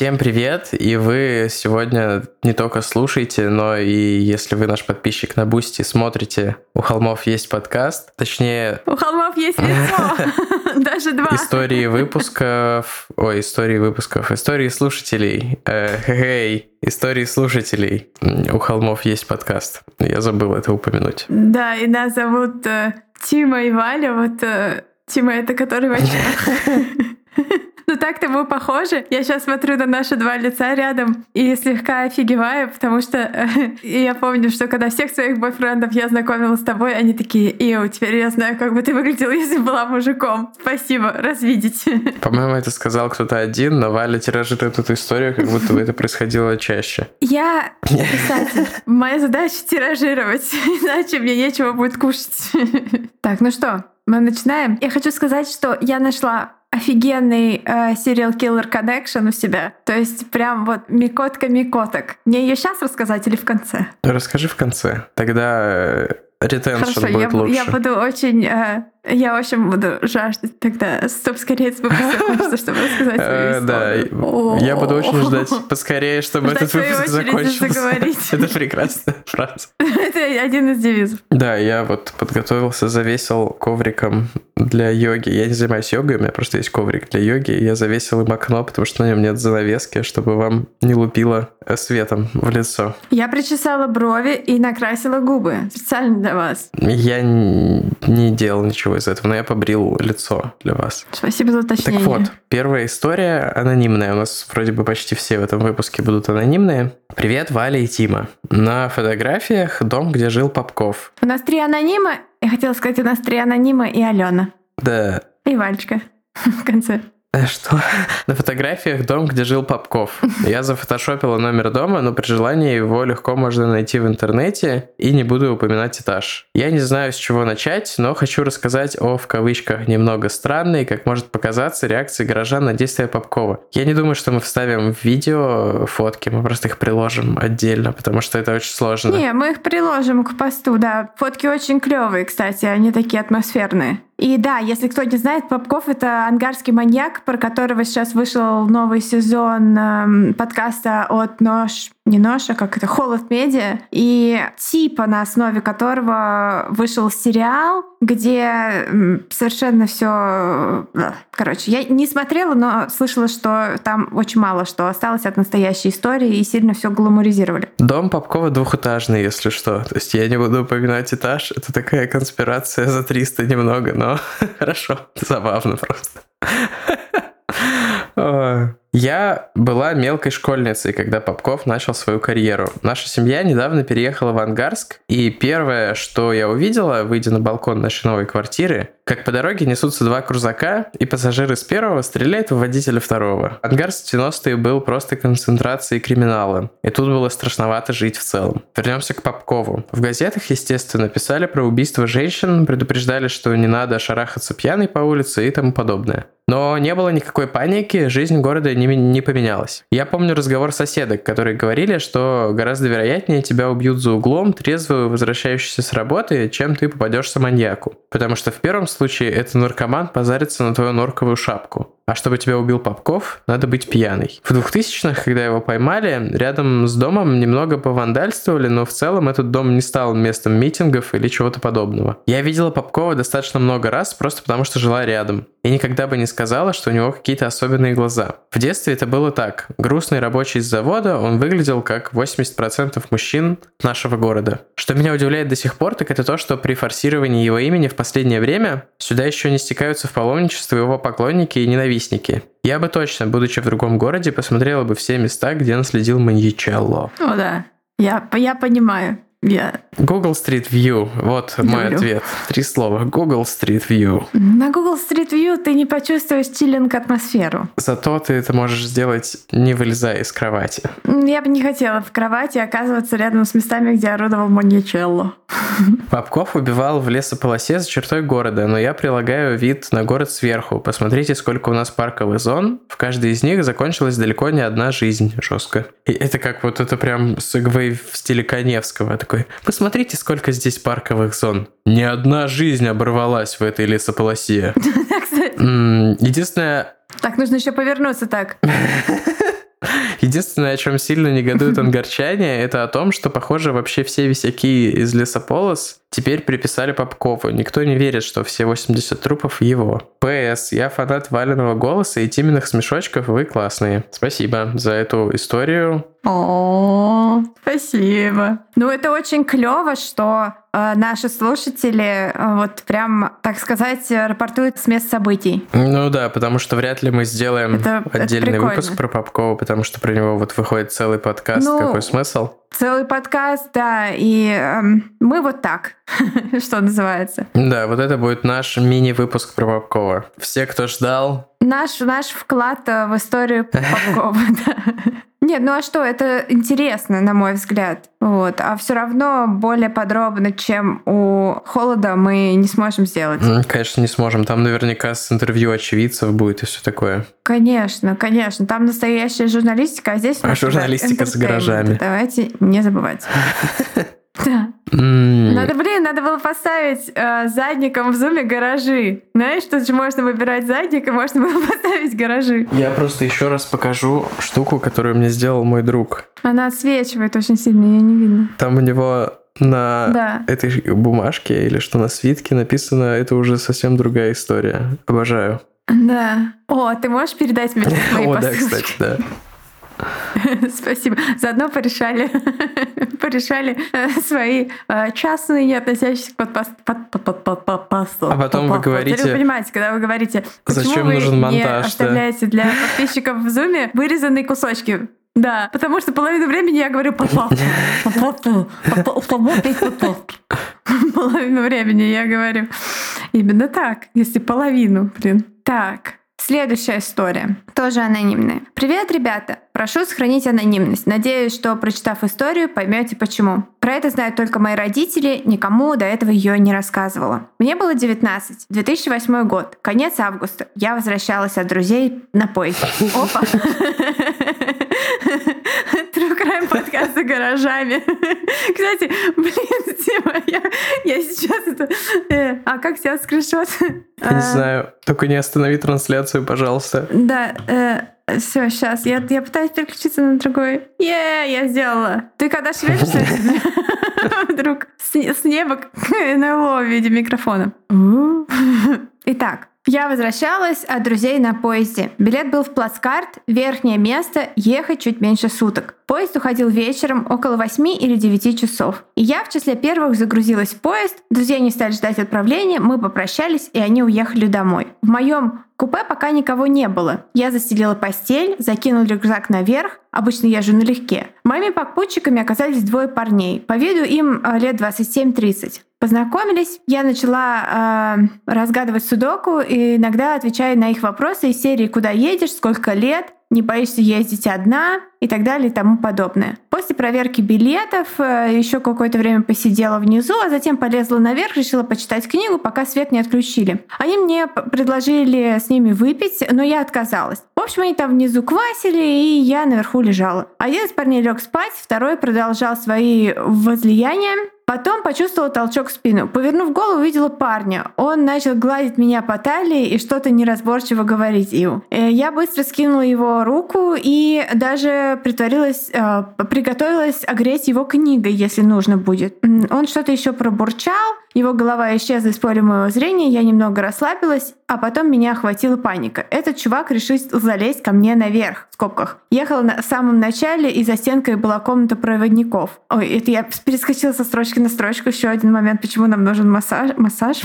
Всем привет! И вы сегодня не только слушаете, но и если вы наш подписчик на Бусти, смотрите «У холмов есть подкаст», точнее... У холмов есть лицо! Даже два! Истории слушателей. Истории слушателей. «У холмов есть подкаст». Я забыл это упомянуть. Да, и нас зовут Тима и Валя. Тима — это который в очках. Ну так-то мы похожи. Я сейчас смотрю на наши два лица рядом и слегка офигеваю, потому что я помню, что когда всех своих бойфрендов я знакомила с тобой, они такие: «Иу, теперь я знаю, как бы ты выглядел, если была мужиком. Спасибо, развидеть». По-моему, это сказал кто-то один, но Валя тиражирует эту историю, как будто бы это происходило чаще. Я писатель. Моя задача — тиражировать, иначе мне нечего будет кушать. Так, ну что, мы начинаем. Я хочу сказать, что я нашла офигенный serial killer connection у себя. То есть прям вот микотка-микоток. Мне ее сейчас рассказать или в конце? Расскажи в конце. Тогда ретеншн будет лучше. лучше. Я буду очень... Я, в общем, буду жаждать тогда. Стоп, скорее этот выпуск закончится, чтобы рассказать свою историю. Да, я буду очень ждать поскорее, чтобы этот выпуск закончился. Это прекрасная фраза. Это один из девизов. Да, я вот подготовился, завесил ковриком для йоги. Я не занимаюсь йогой, у меня просто есть коврик для йоги. Я завесил им окно, потому что на нем нет занавески, чтобы вам не лупило светом в лицо. Я причесала брови и накрасила губы. Специально для вас. Я не делал ничего из этого, но я побрил лицо для вас. Спасибо за уточнение. Так вот, первая история анонимная. У нас вроде бы почти все в этом выпуске будут анонимные. Привет, Валя и Тима. На фотографиях дом, где жил Попков. У нас 3 анонима. Я хотела сказать, у нас 3 анонима и Алена. Да. И Вальчика в конце. Что? На фотографиях дом, где жил Попков. Я зафотошопила номер дома, но при желании его легко можно найти в интернете, и не буду упоминать этаж. Я не знаю, с чего начать, но хочу рассказать о, в кавычках, немного странной, как может показаться, реакции горожан на действия Попкова. Я не думаю, что мы вставим в видео фотки, мы просто их приложим отдельно, потому что это очень сложно. Не, мы их приложим к посту, да. Фотки очень клевые, кстати, они такие атмосферные. И да, если кто не знает, Попков — это ангарский маньяк, про которого сейчас вышел новый сезон подкаста от Холод Медиа, и типа на основе которого вышел сериал, где совершенно все. Короче, я не смотрела, но слышала, что там очень мало что осталось от настоящей истории, и сильно все гламуризировали. Дом Попкова двухэтажный, если что. То есть я не буду упоминать этаж. Это такая конспирация за 300 немного, но хорошо, забавно просто. Я была мелкой школьницей, когда Попков начал свою карьеру. Наша семья недавно переехала в Ангарск, и первое, что я увидела, выйдя на балкон нашей новой квартиры, как по дороге несутся 2 крузака, и пассажир из первого стреляет в водителя второго. Ангарск в 90-е был просто концентрацией криминала, и тут было страшновато жить в целом. Вернемся к Попкову. В газетах, естественно, писали про убийство женщин, предупреждали, что не надо шарахаться пьяной по улице и тому подобное. Но не было никакой паники, жизнь города не поменялась. Я помню разговор соседок, которые говорили, что гораздо вероятнее тебя убьют за углом, трезвую, возвращающуюся с работы, чем ты попадешься маньяку. Потому что в первом случае это наркоман позарится на твою норковую шапку. А чтобы тебя убил Попков, надо быть пьяной. В 2000-х, когда его поймали, рядом с домом немного повандальствовали, но в целом этот дом не стал местом митингов или чего-то подобного. Я видела Попкова достаточно много раз, просто потому что жила рядом. И никогда бы не сказала, что у него какие-то особенные глаза. В детстве это было так. Грустный рабочий с завода, он выглядел как 80% мужчин нашего города. Что меня удивляет до сих пор, так это то, что при форсировании его имени в последнее время сюда еще не стекаются в паломничество его поклонники и ненавистники. Я бы точно, будучи в другом городе, посмотрела бы все места, где наследил Маньячелло. О да, я понимаю. Google Street View. Вот мой ответ. 3 слова. Google Street View. На Google Street View ты не почувствуешь чиллинг-атмосферу. Зато ты это можешь сделать, не вылезая из кровати. Я бы не хотела в кровати оказываться рядом с местами, где орудовал Маньячелло. Попков убивал в лесополосе за чертой города, но я прилагаю вид на город сверху. Посмотрите, сколько у нас парковых зон. В каждой из них закончилась далеко не одна жизнь. Жестко. И это как вот это прям сегвей в стиле Каневского. Такой: посмотрите, сколько здесь парковых зон. Ни одна жизнь оборвалась в этой лесополосе. Единственное... Так, нужно еще повернуться так. Единственное, о чем сильно негодуют ангарчане, это о том, что, похоже, вообще все висяки из Лесополос теперь приписали Попкову. Никто не верит, что все 80 трупов его. П.С. Я фанат Валеного голоса и Тиминых смешочков, вы классные. Спасибо за эту историю. О, спасибо. Ну, это очень клево, что наши слушатели вот прям, так сказать, рапортуют с мест событий. Ну да, потому что вряд ли мы сделаем отдельный выпуск про Попкова, потому что про него вот выходит целый подкаст. Ну, какой смысл? Целый подкаст, да, и мы вот так, что называется. Да, вот это будет наш мини-выпуск про Попкова. Все, кто ждал... Наш вклад в историю Попкова, да. Нет, ну а что, это интересно, на мой взгляд. Вот. А все равно более подробно, чем у Холода, мы не сможем сделать. Конечно, не сможем. Там наверняка с интервью очевидцев будет и все такое. Конечно, конечно. Там настоящая журналистика, а здесь... журналистика с гаражами. Давайте не забывать. Да. Надо было поставить задником в зуме гаражи. Знаешь, тут же можно выбирать задник, и можно было поставить гаражи. Я просто еще раз покажу штуку, которую мне сделал мой друг. Она отсвечивает очень сильно, ее не видно. Там у него на этой бумажке или что на свитке написано, это уже совсем другая история. Обожаю. Да. О, ты можешь передать мне мои посылки? О, да, кстати, да. Спасибо. Заодно порешали свои частные, не относящиеся к подкасту. А потом вы говорите... Вы понимаете, когда вы говорите, почему вы не оставляете для подписчиков в зуме вырезанные кусочки. Да, потому что половину времени я говорю половину времени я говорю именно так, если половину, Так. Следующая история, тоже анонимная. Привет, ребята! Прошу сохранить анонимность. Надеюсь, что, прочитав историю, поймете почему. Про это знают только мои родители, никому до этого ее не рассказывала. Мне было 19, 2008 год, конец августа. Я возвращалась от друзей на поезде. Опа! True Crime подкаст за гаражами. Кстати, Дима, я сейчас это... А как сделать скриншот? Я не знаю. Только не останови трансляцию, пожалуйста. Да, все, сейчас. Я пытаюсь переключиться на другой. Я сделала. Ты когда шевелишься, вдруг с неба НЛО в виде микрофона. Итак, я возвращалась от друзей на поезде. Билет был в плацкарт, верхнее место, ехать чуть меньше суток. Поезд уходил вечером около 8 или 9 часов. И я в числе первых загрузилась в поезд, друзья не стали ждать отправления, мы попрощались, и они уехали домой. В моем купе пока никого не было. Я застелила постель, закинула рюкзак наверх, обычно езжу налегке. Моими попутчиками оказались двое парней. По виду им лет 27-30. Познакомились, я начала разгадывать судоку и иногда отвечаю на их вопросы из серии «Куда едешь?», «Сколько лет?», «Не боишься ездить одна?» и так далее и тому подобное. После проверки билетов еще какое-то время посидела внизу, а затем полезла наверх, решила почитать книгу, пока свет не отключили. Они мне предложили с ними выпить, но я отказалась. В общем, они там внизу квасили, и я наверху лежала. Один из парней лег спать, второй продолжал свои возлияния. Потом почувствовала толчок в спину. Повернув голову, увидела парня. Он начал гладить меня по талии и что-то неразборчиво говорить ему. Я быстро скинула его руку и даже приготовилась огреть его книгой, если нужно будет. Он что-то еще пробурчал, его голова исчезла из поля моего зрения, я немного расслабилась, а потом меня охватила паника. Этот чувак решил залезть ко мне наверх, в скобках. Ехала в самом начале, и за стенкой была комната проводников. Ой, это я перескочила со строчки на строчку. Еще один момент, почему нам нужен монтаж.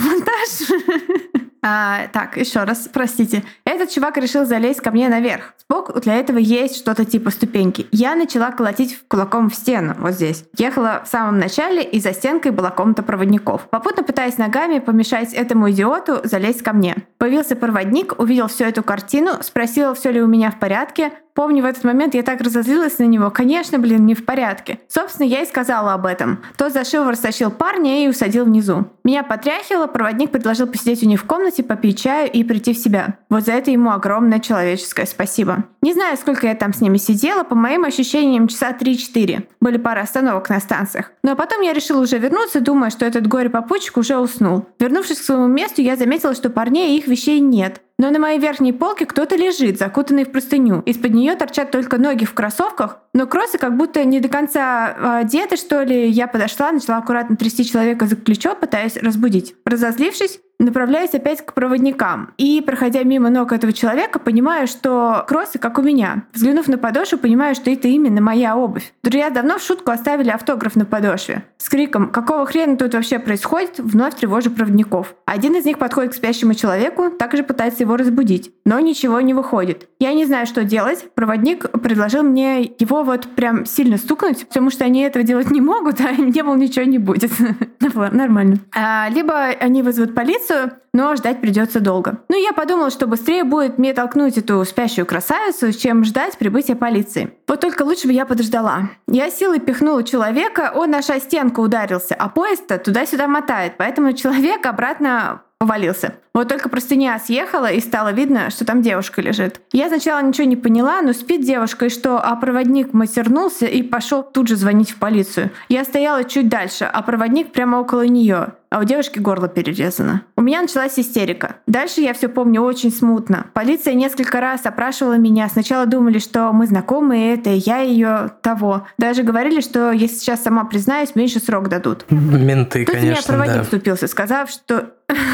Так, еще раз, простите. Этот чувак решил залезть ко мне наверх. Сбоку для этого есть что-то типа ступеньки. Я начала колотить кулаком в стену, вот здесь. Ехала в самом начале, и за стенкой была комната проводников. Попутно пытаясь ногами помешать этому идиоту залезть ко мне. Появился проводник, увидел всю эту картину, спросил, все ли у меня в порядке. Помню, в этот момент я так разозлилась на него. Конечно, не в порядке. Собственно, я и сказала об этом. Тот за шиворот растащил парня и усадил внизу. Меня потряхивало, проводник предложил посидеть у них в комнате, попить чаю и прийти в себя. Вот за это ему огромное человеческое спасибо. Не знаю, сколько я там с ними сидела, по моим ощущениям, часа 3-4. Были пара остановок на станциях. Но потом я решила уже вернуться, думая, что этот горе-попутчик уже уснул. Вернувшись к своему месту, я заметила, что парней и их вещей нет. Но на моей верхней полке кто-то лежит, закутанный в простыню. Из-под нее торчат только ноги в кроссовках, но кроссы как будто не до конца одеты, что ли. Я подошла, начала аккуратно трясти человека за плечо, пытаясь разбудить. Разозлившись, направляюсь опять к проводникам. И, проходя мимо ног этого человека, понимаю, что кроссы как у меня. Взглянув на подошву, понимаю, что это именно моя обувь. Друзья давно в шутку оставили автограф на подошве. С криком «Какого хрена тут вообще происходит?» вновь тревожу проводников. Один из них подходит к спящему человеку, также пытается его разбудить. Но ничего не выходит. Я не знаю, что делать. Проводник предложил мне его вот прям сильно стукнуть, потому что они этого делать не могут, а не было ничего не будет. Нормально. Либо они вызовут полицию, но ждать придется долго. Ну, я подумала, что быстрее будет мне толкнуть эту спящую красавицу, чем ждать прибытия полиции. Вот только лучше бы я подождала. Я силой пихнула человека, он аж о стенку ударился, а поезд-то туда-сюда мотает, поэтому человек обратно повалился. Вот только простыня съехала, и стало видно, что там девушка лежит. Я сначала ничего не поняла, но спит девушка, и что, а проводник матернулся и пошел тут же звонить в полицию. Я стояла чуть дальше, а проводник прямо около нее, а у девушки горло перерезано. У меня началась истерика. Дальше я все помню очень смутно. Полиция несколько раз опрашивала меня. Сначала думали, что мы знакомы, и это я ее того. Даже говорили, что если сейчас сама признаюсь, меньше срок дадут. Менты, тут конечно, меня проводник да. вступился, сказав, что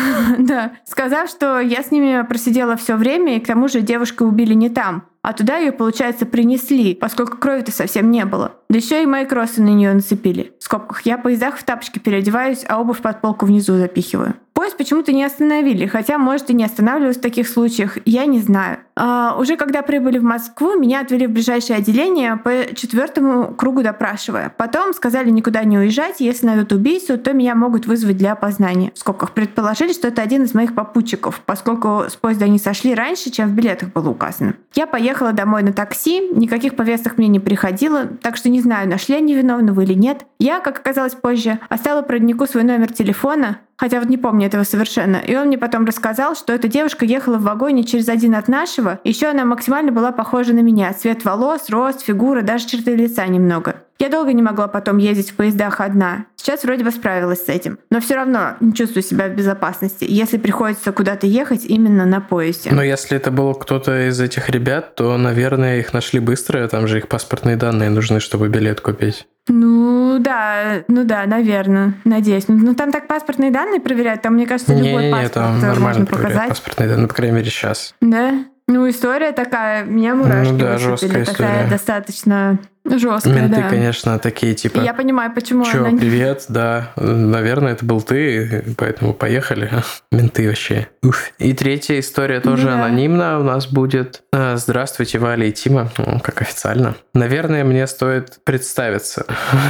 сказав, что я с ними просидела все время, и к тому же девушку убили не там, а туда ее, получается, принесли, поскольку крови-то совсем не было. Да еще и мои кроссы на нее нацепили. В скобках, я по поездах в тапочки переодеваюсь, а обувь под полку внизу запихиваю. Поезд почему-то не остановили, хотя, может, и не останавливались в таких случаях, я не знаю. Уже когда прибыли в Москву, меня отвели в ближайшее отделение по 4-му кругу допрашивая. Потом сказали никуда не уезжать, если найдут убийцу, то меня могут вызвать для опознания. В скобках предположили, что это один из моих попутчиков, поскольку с поезда они сошли раньше, чем в билетах было указано. Я поехала домой на такси, никаких повесток мне не приходило, так что не знаю, нашли они виновного или нет. Я, как оказалось позже, оставила проводнику свой номер телефона, хотя вот не помню этого совершенно. И он мне потом рассказал, что эта девушка ехала в вагоне через один от нашего. Еще она максимально была похожа на меня. Цвет волос, рост, фигура, даже черты лица немного. Я долго не могла потом ездить в поездах одна. Сейчас вроде бы справилась с этим. Но все равно не чувствую себя в безопасности, если приходится куда-то ехать именно на поезде. Но если это был кто-то из этих ребят, то, наверное, их нашли быстро. Там же их паспортные данные нужны, чтобы билет купить. Ну да, наверное, надеюсь. Ну там так паспортные данные проверяют, там, мне кажется, любой паспорт там можно показать. Паспортные данные, по крайней мере, сейчас. Да? Ну, история такая, меня мурашки высыпали, такая достаточно жесткая. Менты, да. конечно, такие типа. Я понимаю, почему Чё, она... привет, да, наверное, это был ты, поэтому поехали. Менты вообще. Уф. И третья история тоже анонимна у нас будет. Здравствуйте, Валя и Тима. Как официально. Наверное, мне стоит представиться.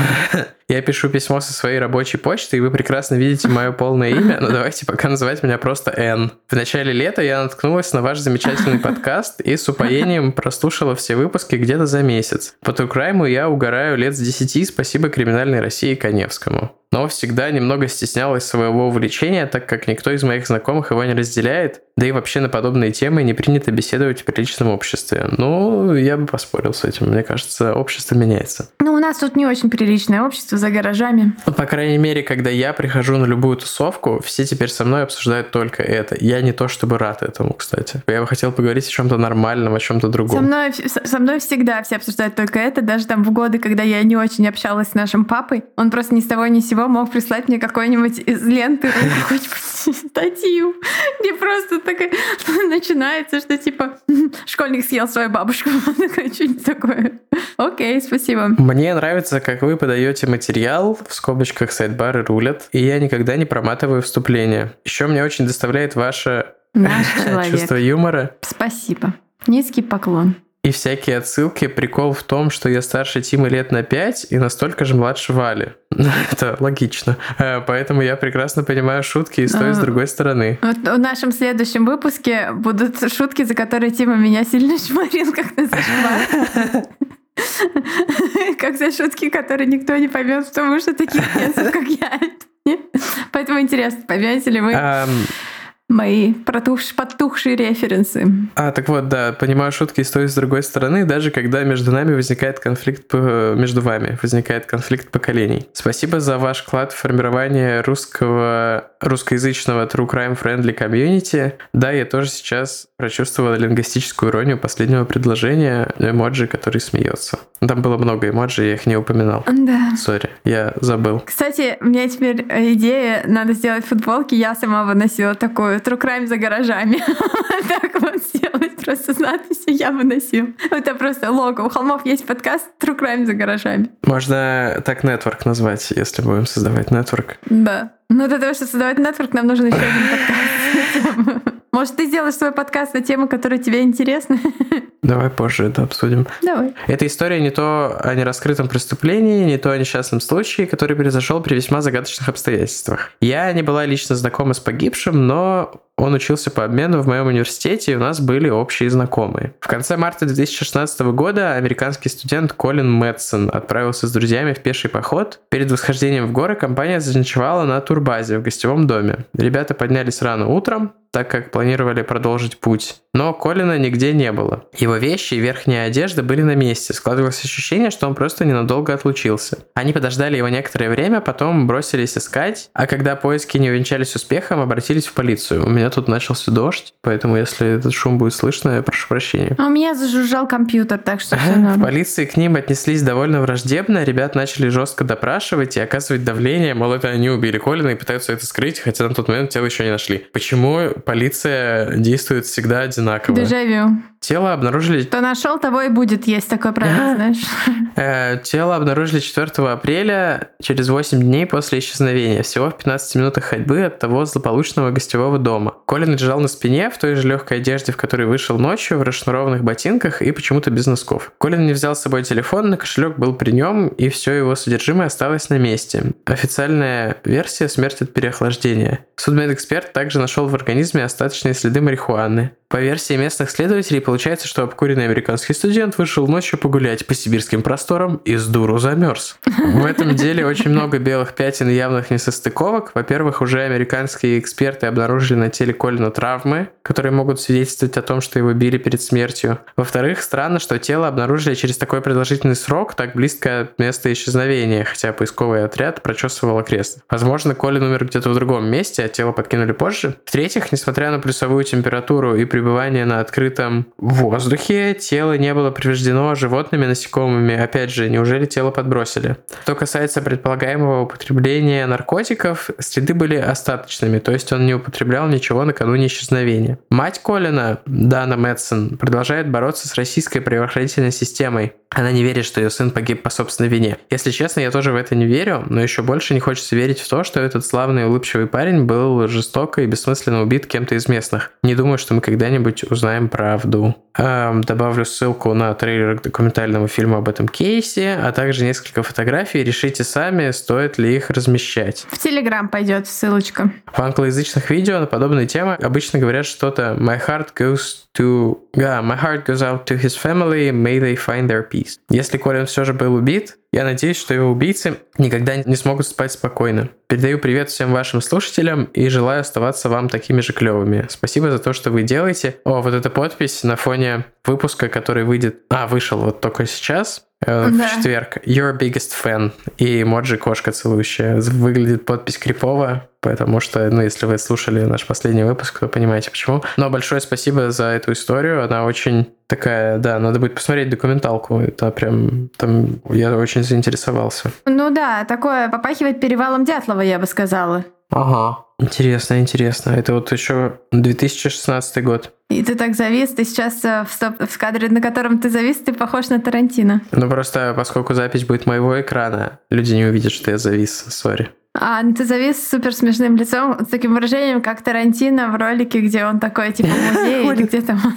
Я пишу письмо со своей рабочей почты, и вы прекрасно видите мое полное имя, но давайте пока называть меня просто Н. В начале лета я наткнулась на ваш замечательный подкаст и с упоением прослушала все выпуски где-то за месяц. По True Crime я угораю лет с 10, спасибо «Криминальной России» Каневскому. Но всегда немного стеснялась своего увлечения, так как никто из моих знакомых его не разделяет, да и вообще на подобные темы не принято беседовать в приличном обществе. Ну, я бы поспорил с этим. Мне кажется, общество меняется. Ну, у нас тут не очень приличное общество за гаражами. Ну, по крайней мере, когда я прихожу на любую тусовку, все теперь со мной обсуждают только это. Я не то чтобы рад этому, кстати. Я бы хотел поговорить о чем-то нормальном, о чем-то другом. Со мной всегда все обсуждают только это. Даже там в годы, когда я не очень общалась с нашим папой, он просто ни с того ни с сего мог прислать мне какой-нибудь из ленты какую-нибудь статью, где просто такая начинается, что типа школьник съел свою бабушку. Что-нибудь такое. Окей, спасибо. Мне нравится, как вы подаете материал, в скобочках сайдбары рулят, и я никогда не проматываю вступление. Еще мне очень доставляет ваше чувство юмора. Спасибо. Низкий поклон. И всякие отсылки. Прикол в том, что я старше Тимы лет на 5 и настолько же младше Вали. Это логично. Поэтому я прекрасно понимаю шутки и с той, и с другой стороны. Вот в нашем следующем выпуске будут шутки, за которые Тима меня сильно шмарил, как на зашквар. Как за шутки, которые никто не поймет, потому что таких пьесов, как я. Поэтому интересно, поймете ли вы? Мои потухшие референсы. Так вот, да, понимаю шутки и с той, и с другой стороны, даже когда между нами возникает конфликт, между вами возникает конфликт поколений. Спасибо за ваш вклад в формирование русскоязычного true crime friendly комьюнити. Да, я тоже сейчас прочувствовал лингвистическую иронию последнего предложения, эмоджи, который смеется. Там было много эмоджи, я их не упоминал. Да. Сори, я забыл. Кстати, у меня теперь идея, надо сделать футболки, я сама выносила такую true crime за гаражами. Так вот сделать просто с надписью «Я выносил». Это просто лого. У Холмов есть подкаст true crime за гаражами. Можно так нетворк назвать, если будем создавать нетворк. Да. Но для того, чтобы создавать нетворк, нам нужен еще один подкаст. Может, ты сделаешь свой подкаст на темы, которые тебе интересны? Давай позже это обсудим. Давай. Эта история не то о нераскрытом преступлении, не то о несчастном случае, который произошел при весьма загадочных обстоятельствах. Я не была лично знакома с погибшим, но он учился по обмену в моем университете, и у нас были общие знакомые. В конце марта 2016 года американский студент Колин Мэтсон отправился с друзьями в пеший поход. Перед восхождением в горы компания заночевала на турбазе в гостевом доме. Ребята поднялись рано утром, так как планировали продолжить путь. Но Колина нигде не было. Его вещи и верхняя одежда были на месте. Складывалось ощущение, что он просто ненадолго отлучился. Они подождали его некоторое время, потом бросились искать, а когда поиски не увенчались успехом, обратились в полицию. У меня тут начался дождь, поэтому если этот шум будет слышно, я прошу прощения. А у меня зажужжал компьютер, так что все В норм. полиции к ним отнеслись довольно враждебно, ребят начали жестко допрашивать и оказывать давление, мол, это они убили Колина и пытаются это скрыть, хотя на тот момент тело еще не нашли. Почему полиция действует всегда одинаково? Дежавю. Тело обнаружили... Кто нашел, того и будет есть, такое правило, знаешь. Тело обнаружили 4 апреля, через 8 дней после исчезновения, всего в 15 минутах ходьбы от того злополучного гостевого дома. Колин лежал на спине, в той же легкой одежде, в которой вышел ночью, в расшнурованных ботинках и почему-то без носков. Колин не взял с собой телефон, но кошелек был при нем, и все его содержимое осталось на месте. Официальная версия — смерть от переохлаждения. Судмедэксперт также нашел в организме остаточные следы марихуаны. По версии местных следователей, получается, что обкуренный американский студент вышел ночью погулять по сибирским просторам и с дуру замерз. В этом деле очень много белых пятен и явных несостыковок. Во-первых, уже американские эксперты обнаружили на теле Колина травмы, которые могут свидетельствовать о том, что его били перед смертью. Во-вторых, странно, что тело обнаружили через такой продолжительный срок, так близко от места исчезновения, хотя поисковый отряд прочесывал окрест. Возможно, Колин умер где-то в другом месте, а тело подкинули позже. В-третьих, несмотря на плюсовую температуру и пребывание на открытом воздухе, тело не было повреждено животными, насекомыми. Опять же, неужели тело подбросили? Что касается предполагаемого употребления наркотиков, следы были остаточными, то есть он не употреблял ничего накануне исчезновения. Мать Колина, Дана Мэтсон, продолжает бороться с российской правоохранительной системой. Она не верит, что ее сын погиб по собственной вине. Если честно, я тоже в это не верю, но еще больше не хочется верить в то, что этот славный и улыбчивый парень был жестоко и бессмысленно убит кем-то из местных. Не думаю, что мы когда-нибудь узнаем правду. Добавлю ссылку на трейлер документального фильма об этом кейсе, а также несколько фотографий. Решите сами, стоит ли их размещать. В Телеграм пойдет ссылочка. В англоязычных видео на подобные темы обычно говорят что-то my heart goes out to his family, may they find their peace. Если Колин все же был убит, я надеюсь, что его убийцы никогда не смогут спать спокойно. Передаю привет всем вашим слушателям и желаю оставаться вам такими же клевыми. Спасибо за то, что вы делаете. Вот эта подпись на фоне выпуска, который вышел вот только сейчас. В четверг. Your biggest fan. И эмоджи кошка целующая. Выглядит подпись крипово, потому что, если вы слушали наш последний выпуск, то понимаете почему. Но большое спасибо за эту историю. Она очень такая, да, надо будет посмотреть документалку. Это прям, там, я очень заинтересовался. Ну да, такое попахивает перевалом Дятлова, я бы сказала. Ага. Интересно. Это вот еще 2016 год. И ты так завис, ты сейчас в кадре, на котором ты завис, ты похож на Тарантино. Ну просто, поскольку запись будет моего экрана, люди не увидят, что я завис, сори. Ты завис с супер смешным лицом, с таким выражением, как Тарантино в ролике, где он такой, типа, в музее или где там.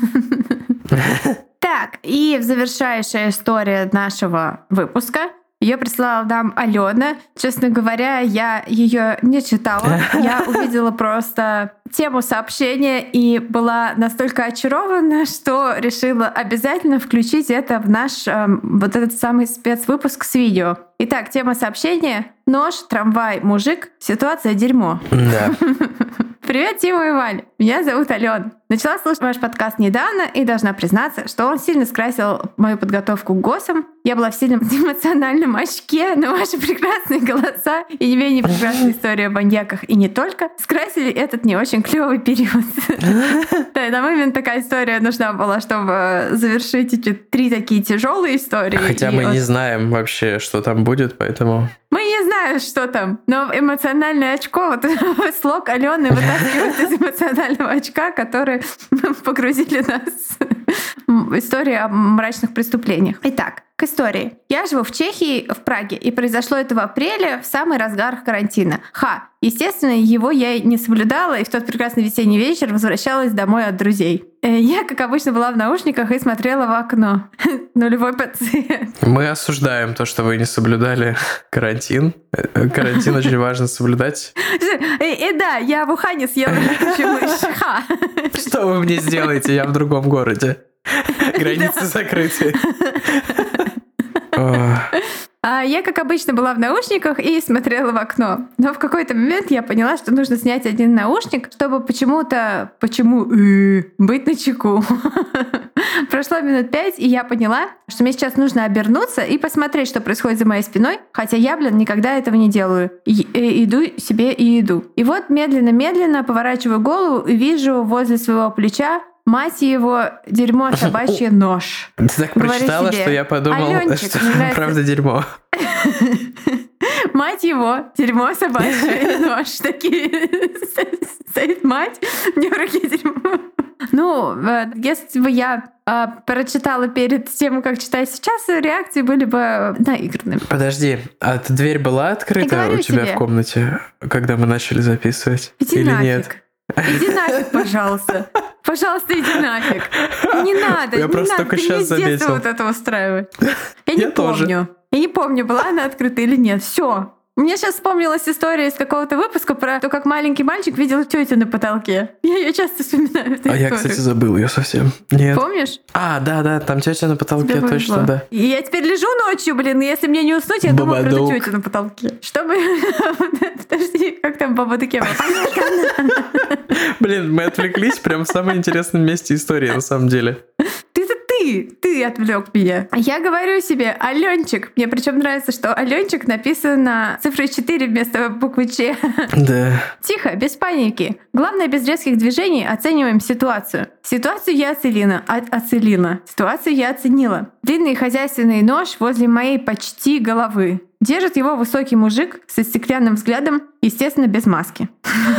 Так, и завершающая история нашего выпуска. Ее прислала нам Алена. Честно говоря, я ее не читала. Я увидела просто тему сообщения и была настолько очарована, что решила обязательно включить это в наш вот этот самый спецвыпуск с видео. Итак, тема сообщения: нож, трамвай, мужик, ситуация дерьмо. Да. Привет, Тима и Валь. Меня зовут Алена. Начала слушать ваш подкаст недавно и должна признаться, что он сильно скрасил мою подготовку к ГОСам. Я была в сильном эмоциональном очке, но ваши прекрасные голоса и не менее прекрасная история о маньяках и не только скрасили этот не очень клевый период. Да, на момент такая история нужна была, чтобы завершить эти 3 такие тяжелые истории. Хотя мы не знаем вообще, что там будет, поэтому... Мы не знаем, что там, но эмоциональное очко, вот слог Алены вытаскивает из эмоционального очка, который погрузили нас в историю о мрачных преступлениях. Итак, к истории. Я живу в Чехии, в Праге, и произошло это в апреле, в самый разгар карантина. Естественно, его я не соблюдала, и в тот прекрасный весенний вечер возвращалась домой от друзей. Я, как обычно, была в наушниках и смотрела в окно. Нулевой пациент. Мы осуждаем то, что вы не соблюдали карантин. Карантин очень важно соблюдать. Да, я в Ухане съела летучую мышь. Что вы мне сделаете? Я в другом городе. Границы закрыты. Я, как обычно, была в наушниках и смотрела в окно. Но в какой-то момент я поняла, что нужно снять один наушник, чтобы быть начеку. Прошло минут 5, и я поняла, что мне сейчас нужно обернуться и посмотреть, что происходит за моей спиной, хотя я, никогда этого не делаю. Иду себе и иду. И вот медленно-медленно поворачиваю голову и вижу возле своего плеча, мать его, дерьмо собачье, нож. Ты так прочитала, что я подумал, что правда дерьмо. Мать его, дерьмо собачье, нож. Такие стоит мать, мне в руке дерьмо. Если бы я прочитала перед тем, как читать сейчас, реакции были бы наигранными. Подожди, а эта дверь была открыта у тебя в комнате, когда мы начали записывать? Иди или нафиг. Нет? Иди нафиг, пожалуйста. Пожалуйста, иди нафиг. Не надо, я просто только сейчас заметил. вот это устраивать. Я не помню. Я не помню, была она открыта или нет. Все. Мне сейчас вспомнилась история из какого-то выпуска про то, как маленький мальчик видел тетю на потолке. Я ее часто вспоминаю. Эту историю. Я, кстати, забыл ее совсем. Нет. Помнишь? Да, там тетя на потолке, точно, да. И я теперь лежу ночью, и если мне не уснуть, я думаю про эту тетю на потолке. Чтобы... Подожди, как там Бабадуке? Блин, мы отвлеклись прям в самом интересном месте истории, на самом деле. Ты отвлек меня. Я говорю себе Аленчик. Мне причем нравится, что Аленчик написано цифрой 4 вместо буквы Ч. Да. Тихо, без паники. Главное, без резких движений оцениваем ситуацию. Ситуацию я оценила. Ситуацию я оценила. Длинный хозяйственный нож возле моей почти головы. Держит его высокий мужик со стеклянным взглядом, естественно, без маски.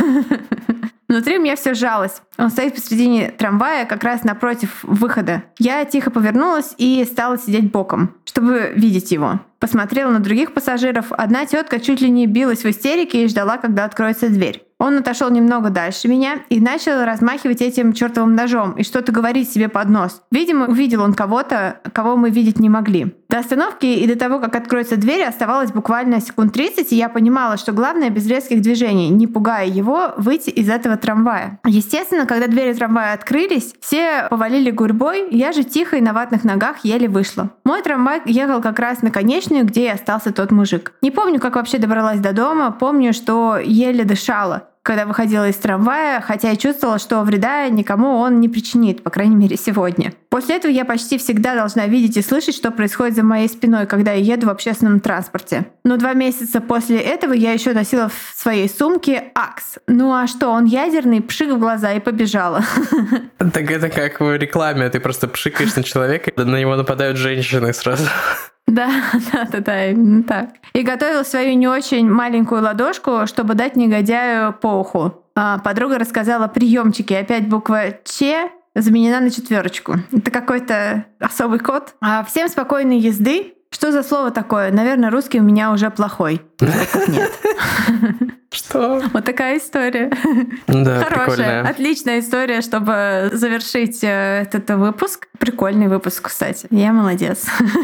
Внутри у меня все сжалось. Он стоит посредине трамвая, как раз напротив выхода. Я тихо повернулась и стала сидеть боком, чтобы видеть его. Посмотрела на других пассажиров. Одна тетка чуть ли не билась в истерике и ждала, когда откроется дверь. Он отошел немного дальше меня и начал размахивать этим чертовым ножом и что-то говорить себе под нос. Видимо, увидел он кого-то, кого мы видеть не могли. До остановки и до того, как откроется дверь, оставалось буквально секунд 30, и я понимала, что главное без резких движений, не пугая его, выйти из этого трамвая. Естественно, когда двери трамвая открылись, все повалили гурьбой, я же тихо и на ватных ногах еле вышла. Мой трамвай ехал как раз на конечную, где и остался тот мужик. Не помню, как вообще добралась до дома, помню, что еле дышала, когда выходила из трамвая, хотя и чувствовала, что вреда никому он не причинит, по крайней мере, сегодня. После этого я почти всегда должна видеть и слышать, что происходит за моей спиной, когда я еду в общественном транспорте. Но 2 месяца после этого я еще носила в своей сумке Акс. Ну а что, он ядерный, пшик в глаза и побежала. Так это как в рекламе, ты просто пшикаешь на человека, и на него нападают женщины сразу. Да, именно так. И готовил свою не очень маленькую ладошку, чтобы дать негодяю по уху. Подруга рассказала приемчики. Опять буква Ч заменена на 4. Это какой-то особый код. Всем спокойной езды. Что за слово такое? Наверное, русский у меня уже плохой. Нет. Что? Вот такая история. Да, хорошая, прикольная. Отличная история, чтобы завершить этот выпуск. Прикольный выпуск, кстати. Я молодец.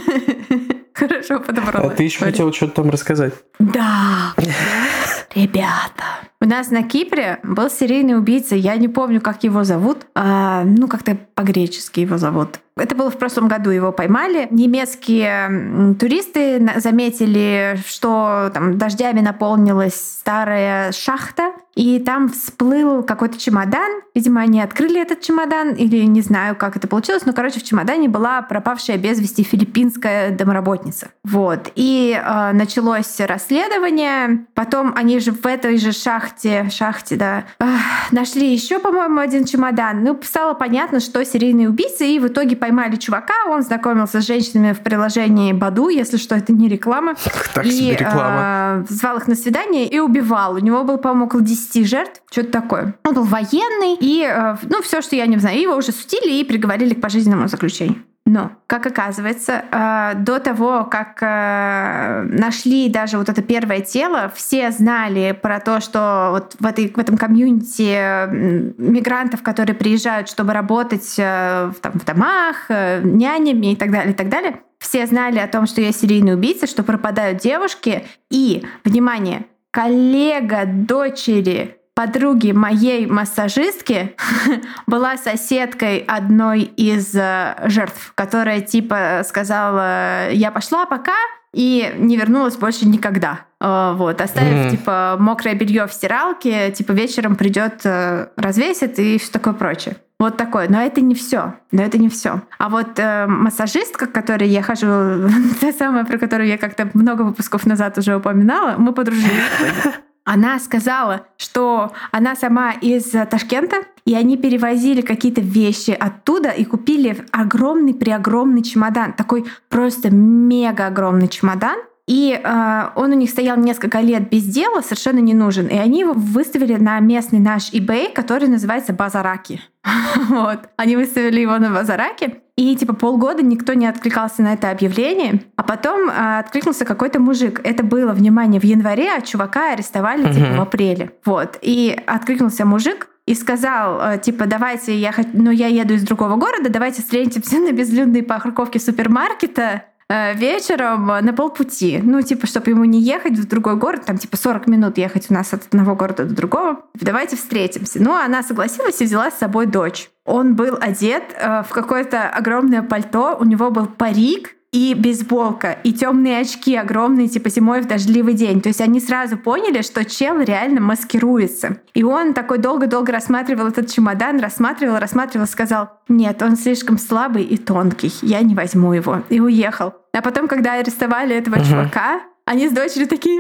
Хорошо подобрала. А ты еще хотела что-то там рассказать? Да. Ребята. У нас на Кипре был серийный убийца. Я не помню, как его зовут. Как-то по-гречески его зовут. Это было в прошлом году, его поймали. Немецкие туристы заметили, что там дождями наполнилась старая шахта, и там всплыл какой-то чемодан. Видимо, они открыли этот чемодан, или не знаю, как это получилось, но, короче, в чемодане была пропавшая без вести филиппинская домработница. Вот. И началось расследование. Потом они же в этой же шахте, да, нашли еще, по-моему, один чемодан. Ну, стало понятно, что серийный убийца, и в итоге поймали чувака. Он знакомился с женщинами в приложении Баду, если что, это не реклама. Так себе реклама. Звал их на свидание и убивал. У него было, по-моему, около 10 жертв, что-то такое. Он был военный, и, все, что я не знаю, его уже судили и приговорили к пожизненному заключению. Но, как оказывается, до того, как нашли даже вот это первое тело, все знали про то, что вот в этом комьюнити мигрантов, которые приезжают, чтобы работать в домах, нянями и так далее, все знали о том, что я серийный убийца, что пропадают девушки. И, внимание, коллега дочери подруги моей массажистки была соседкой одной из жертв, которая типа сказала: я пошла пока, и не вернулась больше никогда. Вот, оставив типа мокрое белье в стиралке, типа вечером придет, развесит и все такое прочее. Вот такое. Но это не все. А вот массажистка, к которой я хожу, та самая, про которую я как-то много выпусков назад уже упоминала, мы подружились. Она сказала, что она сама из Ташкента, и они перевозили какие-то вещи оттуда и купили огромный чемодан. Такой просто мега огромный чемодан. И он у них стоял несколько лет без дела, совершенно не нужен. И они его выставили на местный наш eBay, который называется Базараки. Вот. Они выставили его на Базараке. И типа полгода никто не откликался на это объявление. А потом откликнулся какой-то мужик. Это было, внимание, в январе, а чувака арестовали типа в апреле. Вот. И откликнулся мужик и сказал, типа, давайте, я еду из другого города, давайте встретимся на безлюдной парковке супермаркета вечером на полпути. Ну, типа, чтобы ему не ехать в другой город, там, типа, 40 минут ехать у нас от одного города до другого. Давайте встретимся. Ну, она согласилась и взяла с собой дочь. Он был одет в какое-то огромное пальто, у него был парик и бейсболка, и темные очки огромные, типа зимой в дождливый день. То есть они сразу поняли, что чел реально маскируется. И он такой долго-долго рассматривал этот чемодан, рассматривал, сказал: нет, он слишком слабый и тонкий, я не возьму его. И уехал. А потом, когда арестовали этого чувака, они с дочерью такие: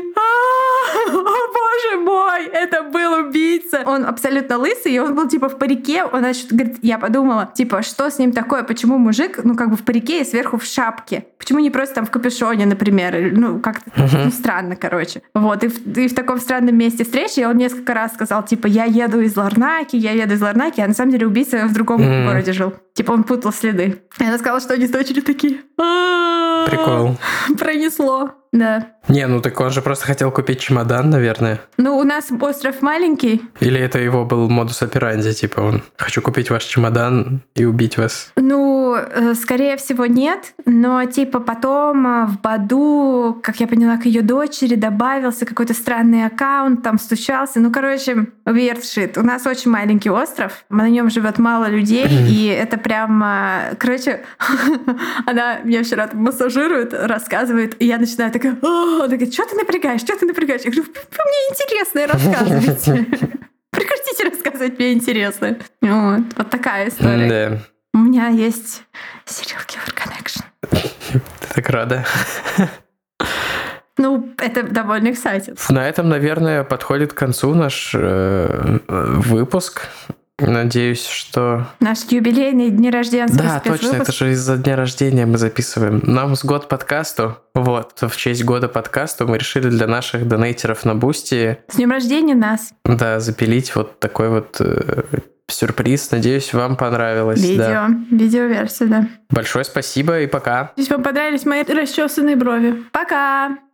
о боже мой, это был убийца. Он абсолютно лысый, и он был типа в парике. Он, значит, говорит, я подумала, типа, что с ним такое? Почему мужик, в парике и сверху в шапке? Почему не просто там в капюшоне, например? Как-то странно, короче. Вот, и в таком странном месте встречи он несколько раз сказал, типа, я еду из Ларнаки, а на самом деле убийца в другом городе жил. Типа он путал следы. И она сказала, что они с дочерью такие: прикол. Пронесло. Да. Не, так он же просто хотел купить чемодан, наверное. У нас остров маленький. Или это его был модус операнди, типа он: хочу купить ваш чемодан и убить вас. Скорее всего, нет. Но типа потом в Баду, как я поняла, к ее дочери добавился какой-то странный аккаунт, там стучался. Weird shit. У нас очень маленький остров, на нем живет мало людей, и это прям... она меня вчера там массажирует, рассказывает, и я начинаю такая: она говорит, что ты напрягаешь? Я говорю, мне интересно, рассказывайте. Прекратите рассказывать, мне интересно. Вот такая история. Да. У меня есть Serial Killer Connection. Ты так рада. Это довольно exciting. На этом, наверное, подходит к концу наш выпуск. Надеюсь, что... Наш юбилейный дни рождения. Да, точно, это же из-за дня рождения мы записываем. Нам с год подкасту. Вот, в честь года подкасту мы решили для наших донейтеров на Бусти... С днем рождения нас! Да, запилить вот такой вот сюрприз. Надеюсь, вам понравилось. Видеоверсия, да. Большое спасибо и пока. Надеюсь, вам понравились мои расчесанные брови. Пока!